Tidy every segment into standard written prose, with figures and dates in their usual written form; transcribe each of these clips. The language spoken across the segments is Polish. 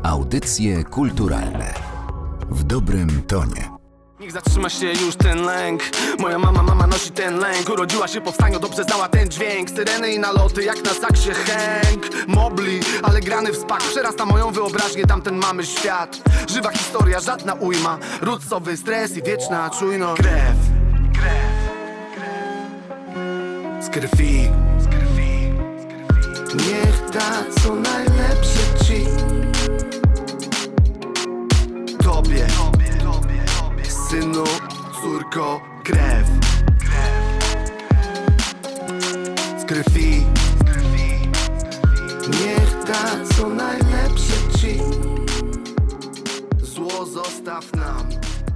Audycje kulturalne w dobrym tonie. Niech zatrzyma się już ten lęk. Moja mama nosi ten lęk. Urodziła się w powstaniu, dobrze znała ten dźwięk. Syreny i naloty jak na saksie Hank Mobley, ale grany w spak przerasta moją wyobraźnię, tamten mamy świat. Żywa historia, żadna ujma. Rucowy stres i wieczna czujność. Krew z krwi. Niech da co najlepsze ci. Tobie, synu, córko, krew z krwi. Niech da co najlepsze ci. Zło zostaw nam,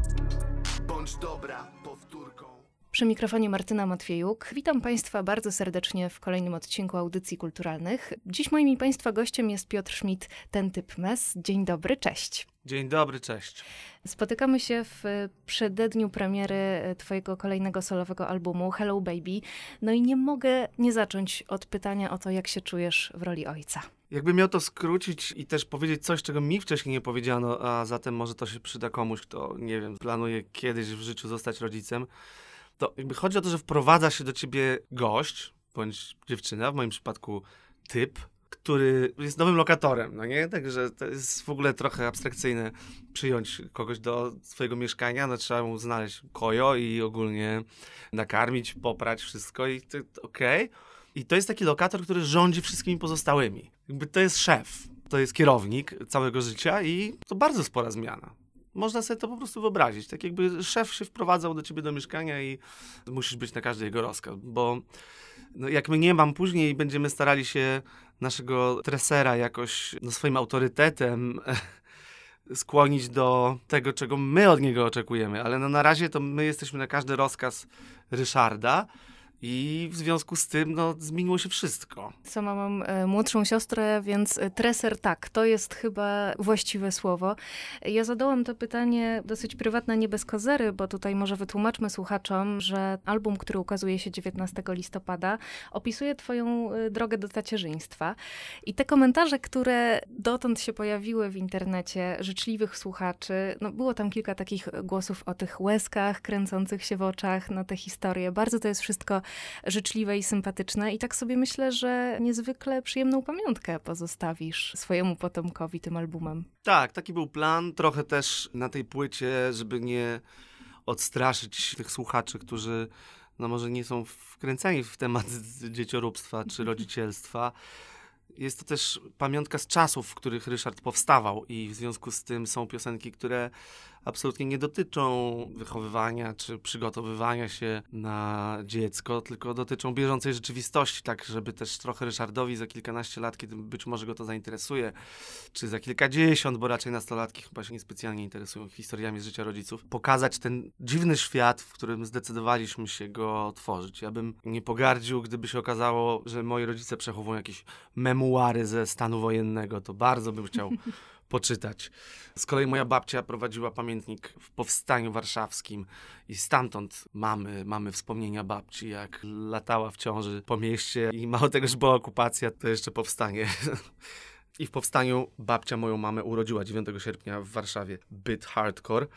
bądź dobra powtórką. Przy mikrofonie Martyna Matwiejuk. Witam Państwa bardzo serdecznie w kolejnym odcinku Audycji Kulturalnych. Dziś moim i Państwa gościem jest Piotr Schmidt, Ten Typ Mes. Dzień dobry, cześć. Dzień dobry, cześć. Spotykamy się w przededniu premiery Twojego kolejnego solowego albumu Hello Baby. No i nie mogę nie zacząć od pytania o to, jak się czujesz w roli ojca. Jakbym miał to skrócić i też powiedzieć coś, czego mi wcześniej nie powiedziano, a zatem może to się przyda komuś, kto, nie wiem, planuje kiedyś w życiu zostać rodzicem, to jakby chodzi o to, że wprowadza się do ciebie gość, bądź dziewczyna, w moim przypadku typ, który jest nowym lokatorem, no nie? Także to jest w ogóle trochę abstrakcyjne przyjąć kogoś do swojego mieszkania, no trzeba mu znaleźć kojo i ogólnie nakarmić, poprać wszystko i to okej. I to jest taki lokator, który rządzi wszystkimi pozostałymi. Jakby to jest szef, to jest kierownik całego życia i to bardzo spora zmiana. Można sobie to po prostu wyobrazić. Tak jakby szef się wprowadzał do ciebie do mieszkania i musisz być na każdy jego rozkaz, bo no jak mnie mam później będziemy starali się naszego tresera jakoś swoim autorytetem skłonić do tego, czego my od niego oczekujemy, ale no na razie to my jesteśmy na każdy rozkaz Ryszarda i w związku z tym zmieniło się wszystko. Sama mam młodszą siostrę, więc treser tak, to jest chyba właściwe słowo. Ja zadałam to pytanie dosyć prywatne, nie bez kozery, bo tutaj może wytłumaczmy słuchaczom, że album, który ukazuje się 19 listopada, opisuje twoją drogę do tacierzyństwa. I te komentarze, które dotąd się pojawiły w internecie, życzliwych słuchaczy, było tam kilka takich głosów o tych łezkach kręcących się w oczach na te historie. Bardzo to jest wszystko życzliwe i sympatyczne i tak sobie myślę, że niezwykle przyjemną pamiątkę pozostawisz swojemu potomkowi tym albumem. Tak, taki był plan. Trochę też na tej płycie, żeby nie odstraszyć tych słuchaczy, którzy może nie są wkręceni w temat dziecioróbstwa czy rodzicielstwa. Jest to też pamiątka z czasów, w których Ryszard powstawał i w związku z tym są piosenki, które absolutnie nie dotyczą wychowywania czy przygotowywania się na dziecko, tylko dotyczą bieżącej rzeczywistości, tak żeby też trochę Ryszardowi za kilkanaście lat, kiedy być może go to zainteresuje, czy za kilkadziesiąt, bo raczej nastolatki chyba się niespecjalnie interesują historiami z życia rodziców, pokazać ten dziwny świat, w którym zdecydowaliśmy się go tworzyć. Ja bym nie pogardził, gdyby się okazało, że moi rodzice przechowują jakieś memuary ze stanu wojennego, to bardzo bym chciał poczytać. Z kolei moja babcia prowadziła pamiętnik w Powstaniu Warszawskim i stamtąd mamy wspomnienia babci, jak latała w ciąży po mieście i mało tego, że była okupacja, to jeszcze powstanie. I w Powstaniu babcia moją mamę urodziła 9 sierpnia w Warszawie. Byt hardcore.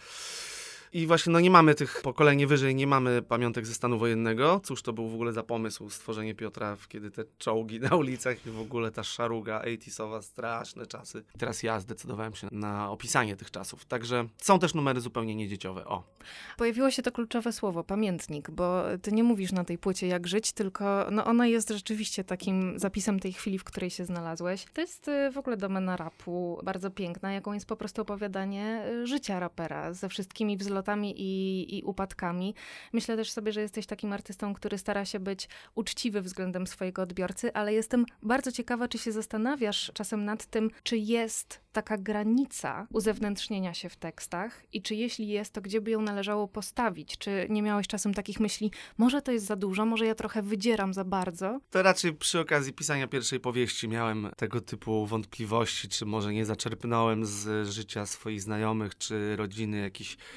I właśnie nie mamy tych pokolenie wyżej, nie mamy pamiątek ze stanu wojennego. Cóż to był w ogóle za pomysł stworzenie Piotra, kiedy te czołgi na ulicach i w ogóle ta szaruga 80sowa, straszne czasy. Teraz ja zdecydowałem się na opisanie tych czasów. Także są też numery zupełnie niedzieciowe. Pojawiło się to kluczowe słowo, pamiętnik, bo ty nie mówisz na tej płycie jak żyć, tylko ona jest rzeczywiście takim zapisem tej chwili, w której się znalazłeś. To jest w ogóle domena rapu bardzo piękna, jaką jest po prostu opowiadanie życia rapera ze wszystkimi wzlotami i upadkami. Myślę też sobie, że jesteś takim artystą, który stara się być uczciwy względem swojego odbiorcy, ale jestem bardzo ciekawa, czy się zastanawiasz czasem nad tym, czy jest taka granica uzewnętrznienia się w tekstach i czy jeśli jest, to gdzie by ją należało postawić? Czy nie miałeś czasem takich myśli, może to jest za dużo, może ja trochę wydzieram za bardzo? To raczej przy okazji pisania pierwszej powieści miałem tego typu wątpliwości, czy może nie zaczerpnąłem z życia swoich znajomych, czy rodziny jakichś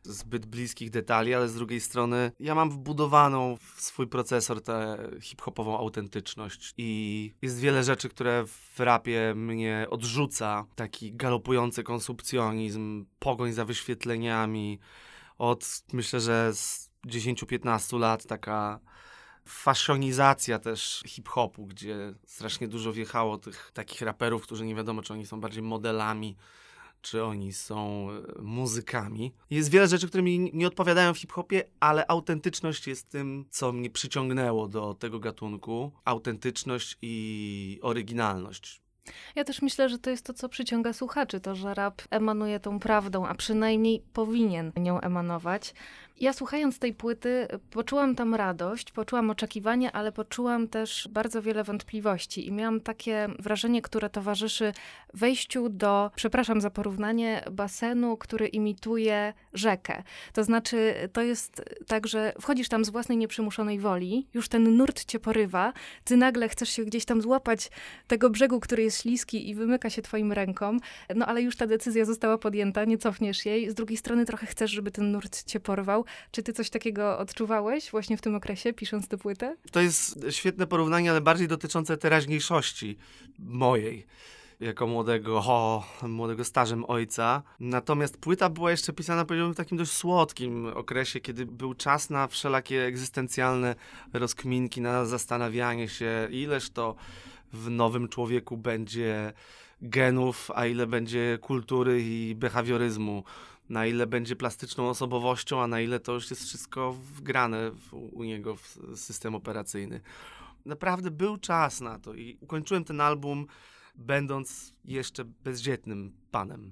zbyt bliskich detali, ale z drugiej strony ja mam wbudowaną w swój procesor tę hip-hopową autentyczność i jest wiele rzeczy, które w rapie mnie odrzuca. Taki galopujący konsumpcjonizm, pogoń za wyświetleniami. Myślę, że z 10-15 lat taka fasionizacja też hip-hopu, gdzie strasznie dużo wjechało tych takich raperów, którzy nie wiadomo, czy oni są bardziej modelami, czy oni są muzykami. Jest wiele rzeczy, które mi nie odpowiadają w hip-hopie, ale autentyczność jest tym, co mnie przyciągnęło do tego gatunku. Autentyczność i oryginalność. Ja też myślę, że to jest to, co przyciąga słuchaczy, to, że rap emanuje tą prawdą, a przynajmniej powinien nią emanować. Ja słuchając tej płyty poczułam tam radość, poczułam oczekiwanie, ale poczułam też bardzo wiele wątpliwości i miałam takie wrażenie, które towarzyszy wejściu do, przepraszam za porównanie, basenu, który imituje rzekę. To znaczy, to jest tak, że wchodzisz tam z własnej nieprzymuszonej woli, już ten nurt cię porywa, ty nagle chcesz się gdzieś tam złapać tego brzegu, który jest śliski i wymyka się twoim rękom, no ale już ta decyzja została podjęta, nie cofniesz jej. Z drugiej strony trochę chcesz, żeby ten nurt cię porwał. Czy ty coś takiego odczuwałeś właśnie w tym okresie, pisząc tę płytę? To jest świetne porównanie, ale bardziej dotyczące teraźniejszości mojej, jako młodego stażem ojca. Natomiast płyta była jeszcze pisana, powiedziałbym, w takim dość słodkim okresie, kiedy był czas na wszelakie egzystencjalne rozkminki, na zastanawianie się, ileż to w nowym człowieku będzie genów, a ile będzie kultury i behawioryzmu. Na ile będzie plastyczną osobowością, a na ile to już jest wszystko wgrane u niego w system operacyjny. Naprawdę był czas na to i ukończyłem ten album będąc jeszcze bezdzietnym panem.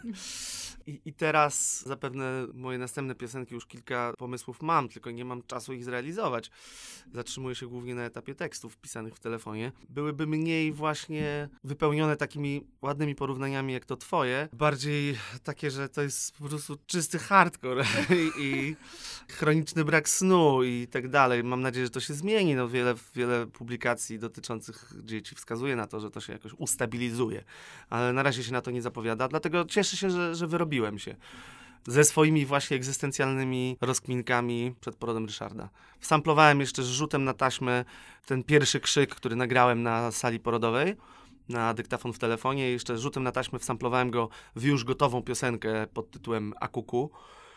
I teraz zapewne moje następne piosenki, już kilka pomysłów mam, tylko nie mam czasu ich zrealizować. Zatrzymuję się głównie na etapie tekstów wpisanych w telefonie. Byłyby mniej właśnie wypełnione takimi ładnymi porównaniami jak to twoje. Bardziej takie, że to jest po prostu czysty hardcore i chroniczny brak snu i tak dalej. Mam nadzieję, że to się zmieni. No wiele publikacji dotyczących dzieci wskazuje na to, że to się jakoś ustabilizuje. Ale na razie się na to nie zapowiada, dlatego cieszę się, że wyrobiłem się ze swoimi właśnie egzystencjalnymi rozkminkami przed porodem Ryszarda. Wsamplowałem jeszcze z rzutem na taśmę ten pierwszy krzyk, który nagrałem na sali porodowej, na dyktafon w telefonie. Jeszcze z rzutem na taśmę wsamplowałem go w już gotową piosenkę pod tytułem Akuku.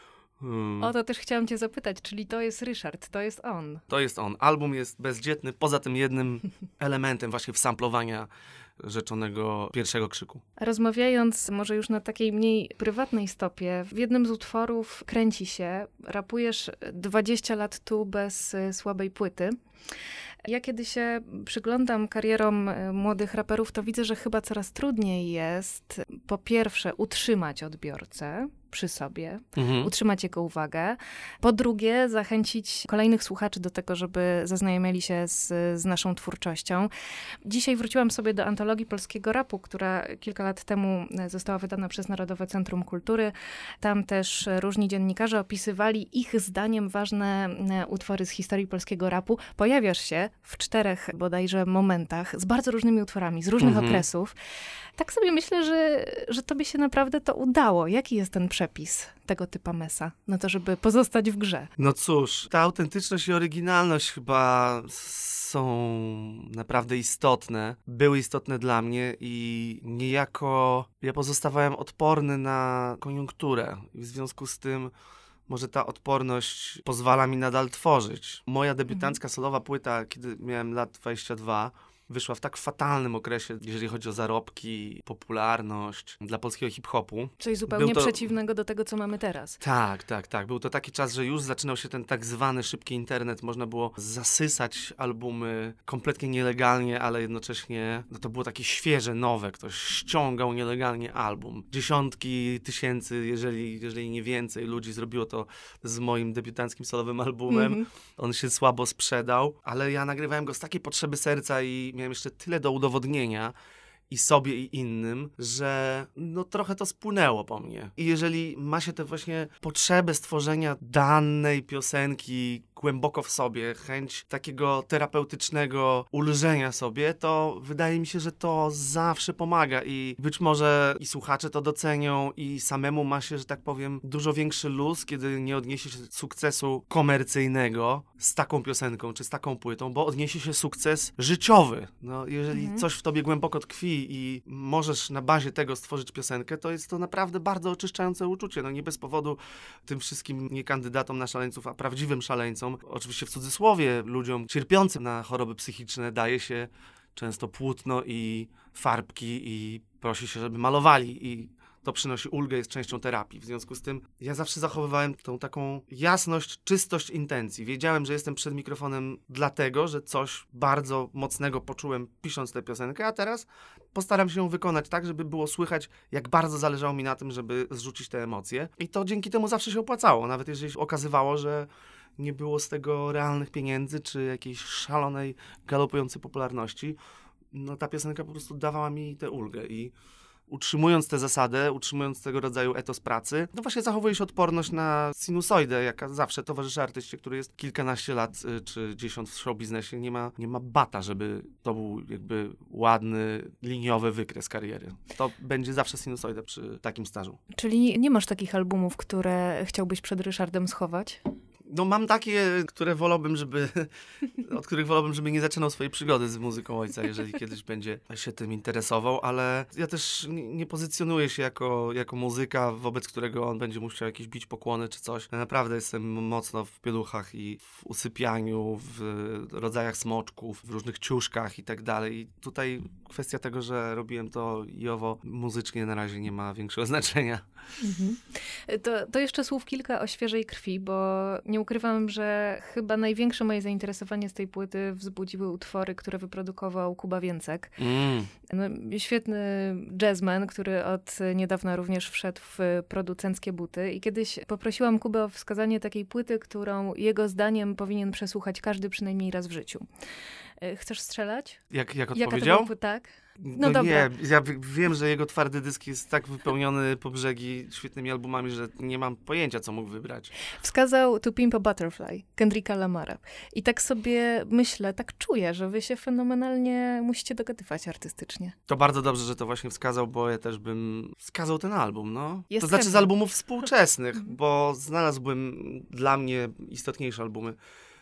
O to też chciałam cię zapytać, czyli to jest Ryszard, to jest on. To jest on. Album jest bezdzietny, poza tym jednym elementem właśnie wsamplowania rzeczonego pierwszego krzyku. Rozmawiając może już na takiej mniej prywatnej stopie, w jednym z utworów kręci się, rapujesz 20 lat tu bez słabej płyty. Ja kiedy się przyglądam karierom młodych raperów, to widzę, że chyba coraz trudniej jest po pierwsze utrzymać odbiorcę przy sobie, utrzymać jego uwagę. Po drugie, zachęcić kolejnych słuchaczy do tego, żeby zaznajomiali się z naszą twórczością. Dzisiaj wróciłam sobie do antologii polskiego rapu, która kilka lat temu została wydana przez Narodowe Centrum Kultury. Tam też różni dziennikarze opisywali ich zdaniem ważne utwory z historii polskiego rapu. Pojawiasz się w 4 bodajże momentach z bardzo różnymi utworami, z różnych okresów. Tak sobie myślę, że tobie się naprawdę to udało. Jaki jest ten przepis tego typa Mesa na to, żeby pozostać w grze? No cóż, ta autentyczność i oryginalność chyba są naprawdę istotne. Były istotne dla mnie i niejako ja pozostawałem odporny na koniunkturę. I w związku z tym może ta odporność pozwala mi nadal tworzyć. Moja debiutancka solowa płyta, kiedy miałem lat 22, wyszła w tak fatalnym okresie, jeżeli chodzi o zarobki, popularność dla polskiego hip-hopu. Coś zupełnie przeciwnego do tego, co mamy teraz. Tak. Był to taki czas, że już zaczynał się ten tak zwany szybki internet. Można było zasysać albumy kompletnie nielegalnie, ale jednocześnie to było takie świeże, nowe. Ktoś ściągał nielegalnie album. Dziesiątki tysięcy, jeżeli nie więcej ludzi zrobiło to z moim debiutanckim solowym albumem. On się słabo sprzedał, ale ja nagrywałem go z takiej potrzeby serca i miałem jeszcze tyle do udowodnienia i sobie i innym, że no trochę to spłynęło po mnie. I jeżeli ma się tę właśnie potrzebę stworzenia danej piosenki głęboko w sobie, chęć takiego terapeutycznego ulżenia sobie, to wydaje mi się, że to zawsze pomaga i być może i słuchacze to docenią i samemu ma się, że tak powiem, dużo większy luz, kiedy nie odniesie się sukcesu komercyjnego z taką piosenką czy z taką płytą, bo odniesie się sukces życiowy. No, jeżeli coś w tobie głęboko tkwi i możesz na bazie tego stworzyć piosenkę, to jest to naprawdę bardzo oczyszczające uczucie. No nie bez powodu tym wszystkim nie kandydatom na szaleńców, a prawdziwym szaleńcom, oczywiście w cudzysłowie, ludziom cierpiącym na choroby psychiczne daje się często płótno i farbki i prosi się, żeby malowali i to przynosi ulgę, jest częścią terapii. W związku z tym ja zawsze zachowywałem tą taką jasność, czystość intencji. Wiedziałem, że jestem przed mikrofonem dlatego, że coś bardzo mocnego poczułem pisząc tę piosenkę, a teraz postaram się ją wykonać tak, żeby było słychać, jak bardzo zależało mi na tym, żeby zrzucić te emocje. I to dzięki temu zawsze się opłacało, nawet jeżeli okazywało, że nie było z tego realnych pieniędzy, czy jakiejś szalonej, galopującej popularności. No ta piosenka po prostu dawała mi tę ulgę i utrzymując tę zasadę, utrzymując tego rodzaju etos pracy, no właśnie zachowuje się odporność na sinusoidę, jaka zawsze towarzyszy artyście, który jest kilkanaście lat czy 10 w show biznesie. Nie ma bata, żeby to był jakby ładny, liniowy wykres kariery. To będzie zawsze sinusoida przy takim stażu. Czyli nie masz takich albumów, które chciałbyś przed Ryszardem schować? No mam takie, od których wolałbym, żeby nie zaczynał swojej przygody z muzyką ojca, jeżeli kiedyś będzie się tym interesował, ale ja też nie pozycjonuję się jako muzyka, wobec którego on będzie musiał jakieś bić pokłony czy coś. Ja naprawdę jestem mocno w pieluchach i w usypianiu, w rodzajach smoczków, w różnych ciuszkach i tak dalej. I tutaj kwestia tego, że robiłem to i owo muzycznie na razie nie ma większego znaczenia. Mhm. To jeszcze słów kilka o Świeżej krwi, bo nie ukrywam, że chyba największe moje zainteresowanie z tej płyty wzbudziły utwory, które wyprodukował Kuba Więcek. No, świetny jazzman, który od niedawna również wszedł w producenckie buty i kiedyś poprosiłam Kubę o wskazanie takiej płyty, którą jego zdaniem powinien przesłuchać każdy przynajmniej raz w życiu. Chcesz strzelać? Jak Jaka odpowiedział? to była tak? No dobra. Nie, ja wiem, że jego twardy dysk jest tak wypełniony po brzegi świetnymi albumami, że nie mam pojęcia, co mógł wybrać. Wskazał To Pimp a Butterfly, Kendricka Lamara. I tak sobie myślę, tak czuję, że wy się fenomenalnie musicie dogadywać artystycznie. To bardzo dobrze, że to właśnie wskazał, bo ja też bym wskazał ten album, no. Jest to znaczy chętny. z albumów współczesnych, bo znalazłbym dla mnie istotniejsze albumy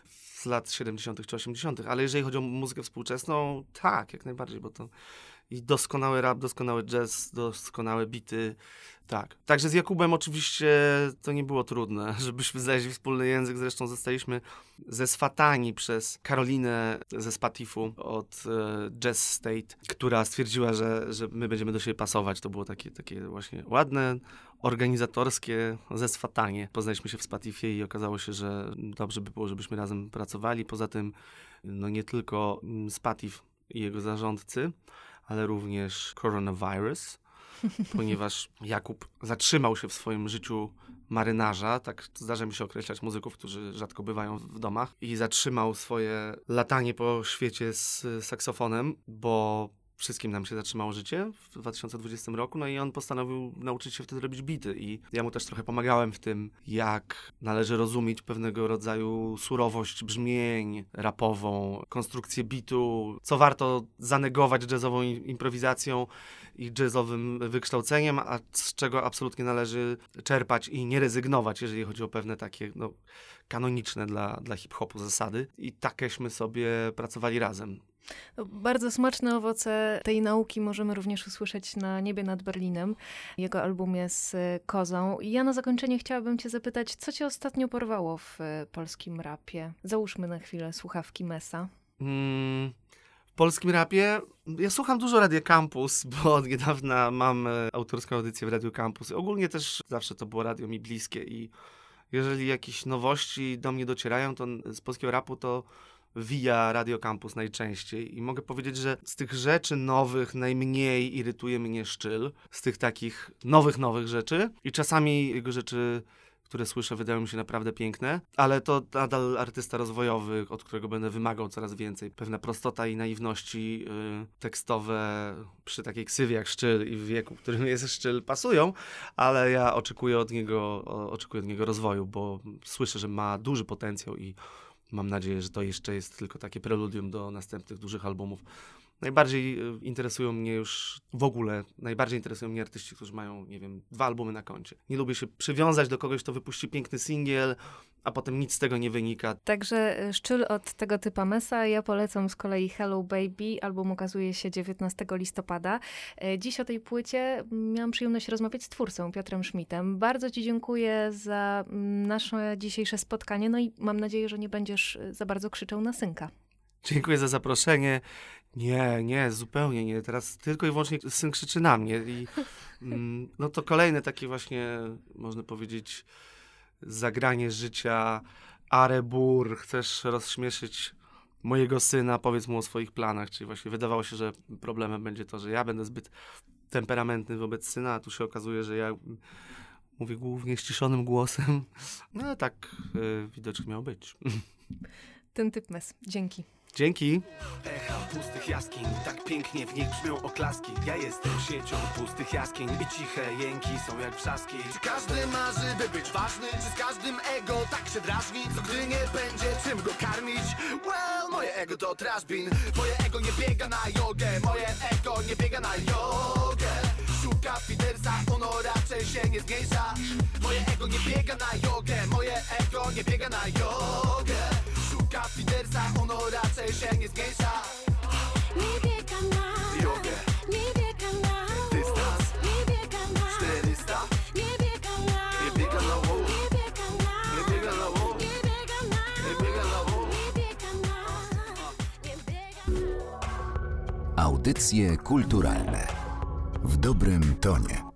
z lat 70. czy 80., ale jeżeli chodzi o muzykę współczesną, tak, jak najbardziej, bo to i doskonały rap, doskonały jazz, doskonałe bity, tak. Także z Jakubem oczywiście to nie było trudne, żebyśmy znaleźli wspólny język, zresztą zostaliśmy zeswatani przez Karolinę ze Spatifu od Jazz State, która stwierdziła, że my będziemy do siebie pasować. To było takie właśnie ładne, organizatorskie zeswatanie. Poznaliśmy się w Spatifie i okazało się, że dobrze by było, żebyśmy razem pracowali. Poza tym no nie tylko Spatif i jego zarządcy, ale również Coronavirus, ponieważ Jakub zatrzymał się w swoim życiu marynarza, tak zdarza mi się określać muzyków, którzy rzadko bywają w domach, i zatrzymał swoje latanie po świecie z saksofonem, bo wszystkim nam się zatrzymało życie w 2020 roku, no i on postanowił nauczyć się wtedy robić bity i ja mu też trochę pomagałem w tym, jak należy rozumieć pewnego rodzaju surowość brzmień, rapową, konstrukcję bitu, co warto zanegować jazzową improwizacją i jazzowym wykształceniem, a z czego absolutnie należy czerpać i nie rezygnować, jeżeli chodzi o pewne takie kanoniczne dla hip-hopu zasady. I takeśmy sobie pracowali razem. Bardzo smaczne owoce tej nauki możemy również usłyszeć na Niebie nad Berlinem, jego albumie z Kozą. I ja na zakończenie chciałabym cię zapytać, co cię ostatnio porwało w polskim rapie? Załóżmy na chwilę słuchawki Mesa. W polskim rapie ja słucham dużo Radio Campus, bo od niedawna mam autorską audycję w Radio Campus. Ogólnie też zawsze to było radio mi bliskie i jeżeli jakieś nowości do mnie docierają, to z polskiego rapu to via Radio Campus najczęściej. I mogę powiedzieć, że z tych rzeczy nowych najmniej irytuje mnie Szczyl. Z tych takich nowych rzeczy. I czasami jego rzeczy, które słyszę, wydają mi się naprawdę piękne, ale to nadal artysta rozwojowy, od którego będę wymagał coraz więcej. Pewna prostota i naiwności tekstowe przy takiej ksywie jak Szczyl i w wieku, w którym jest Szczyl, pasują, ale ja oczekuję od niego rozwoju, bo słyszę, że ma duży potencjał i mam nadzieję, że to jeszcze jest tylko takie preludium do następnych dużych albumów. Najbardziej interesują mnie artyści, którzy mają, 2 albumy na koncie. Nie lubię się przywiązać do kogoś, kto wypuści piękny singiel, a potem nic z tego nie wynika. Także Szczyl od tego typa Mesa. Ja polecam z kolei Hello Baby. Album ukazuje się 19 listopada. Dziś o tej płycie miałam przyjemność rozmawiać z twórcą Piotrem Schmidtem. Bardzo ci dziękuję za nasze dzisiejsze spotkanie. No i mam nadzieję, że nie będziesz za bardzo krzyczał na synka. Dziękuję za zaproszenie. Nie, zupełnie nie. Teraz tylko i wyłącznie syn krzyczy na mnie. I, no to kolejne takie właśnie, można powiedzieć, zagranie życia. Arebur, chcesz rozśmieszyć mojego syna, powiedz mu o swoich planach. Czyli właśnie wydawało się, że problemem będzie to, że ja będę zbyt temperamentny wobec syna, a tu się okazuje, że ja mówię głównie ściszonym głosem. No tak widocznie miał być. Ten typ Mes. Dzięki. Dzięki. Echa pustych jaskiń, tak pięknie w nich brzmią oklaski. Ja jestem siecią pustych jaskiń i ciche jęki są jak wrzaski. Czy każdy marzy, by być ważny? Czy z każdym ego tak się drażni? Co gdy nie będzie czym go karmić? Well, moje ego to trashbin. Moje ego nie biega na jogę. Moje ego nie biega na jogę. Szuka fidersa, ono raczej się nie zmniejsza. Moje ego nie biega na jogę. Moje ego nie biega na jogę. Szuka fidersa, ono raczej się nie zmniejsza. Nie biega na jogę. Nie biega na Dystans. Nie biega na 400. Nie biega na Nie biega na łód. Nie biega na Nie biega na łód. Nie biega na Nie biega na łód. Nie biega na Nie biega na Audycje kulturalne w dobrym tonie.